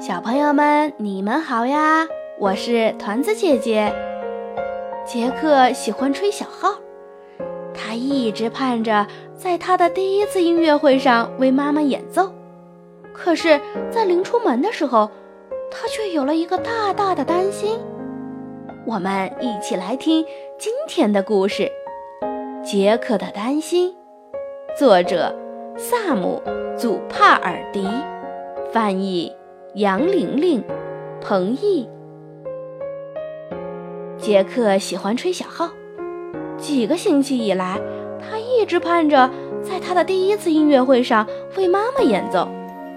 小朋友们，你们好呀！我是团子姐姐。杰克喜欢吹小号，他一直盼着在他的第一次音乐会上为妈妈演奏。可是，在临出门的时候，他却有了一个大大的担心。我们一起来听今天的故事《杰克的担心》，作者萨姆·祖帕尔迪，翻译杨玲玲、彭毅。杰克喜欢吹小号，几个星期以来，他一直盼着在他的第一次音乐会上为妈妈演奏。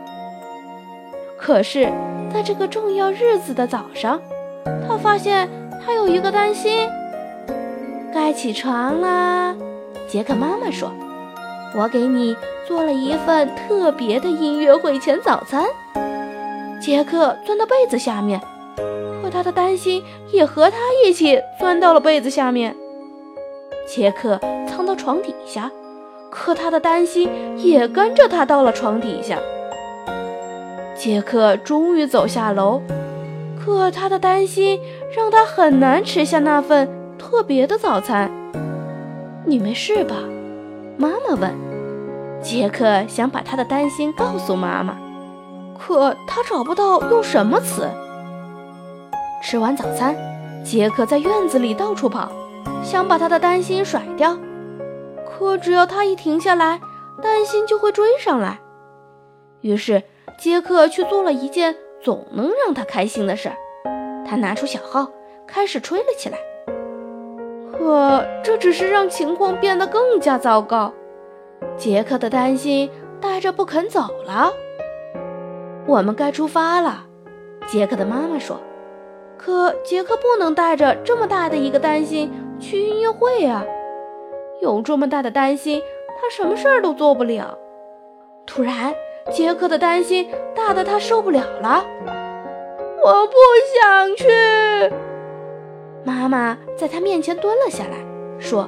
可是，在这个重要日子的早上，他发现他有一个担心。该起床啦，杰克妈妈说，我给你做了一份特别的音乐会前早餐。杰克钻到被子下面，可他的担心也和他一起钻到了被子下面。杰克藏到床底下，可他的担心也跟着他到了床底下。杰克终于走下楼，可他的担心让他很难吃下那份特别的早餐。你没事吧？妈妈问。杰克想把他的担心告诉妈妈，可他找不到用什么词。吃完早餐，杰克在院子里到处跑，想把他的担心甩掉。可只要他一停下来，担心就会追上来。于是杰克去做了一件总能让他开心的事儿，他拿出小号开始吹了起来。可这只是让情况变得更加糟糕。杰克的担心带着不肯走了。我们该出发了，杰克的妈妈说。可杰克不能带着这么大的一个担心去音乐会啊，有这么大的担心，他什么事儿都做不了。突然，杰克的担心大得他受不了了。我不想去。妈妈在他面前蹲了下来，说，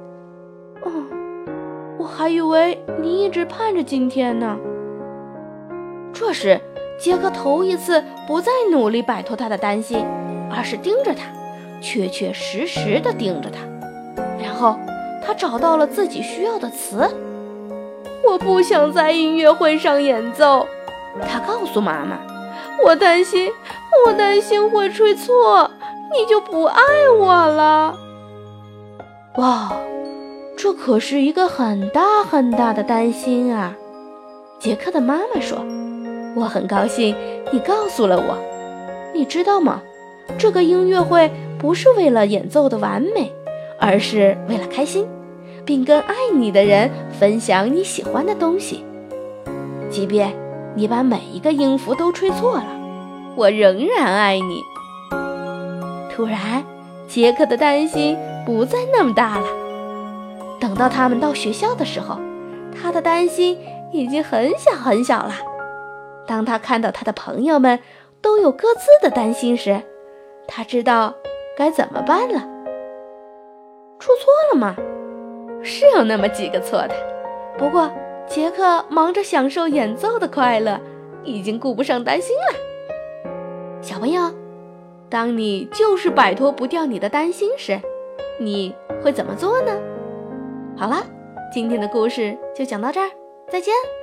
我还以为你一直盼着今天呢。这时，杰克头一次不再努力摆脱他的担心，而是盯着他，确确实实地盯着他。然后他找到了自己需要的词。我不想在音乐会上演奏，他告诉妈妈，我担心会吹错，你就不爱我了。哇，这可是一个很大很大的担心啊。杰克的妈妈说，我很高兴你告诉了我。你知道吗？这个音乐会不是为了演奏的完美，而是为了开心，并跟爱你的人分享你喜欢的东西。即便你把每一个音符都吹错了，我仍然爱你。突然，杰克的担心不再那么大了。等到他们到学校的时候，他的担心已经很小很小了。当他看到他的朋友们都有各自的担心时，他知道该怎么办了。出错了吗？是有那么几个错的，不过杰克忙着享受演奏的快乐，已经顾不上担心了。小朋友，当你就是摆脱不掉你的担心时，你会怎么做呢？好了，今天的故事就讲到这儿，再见。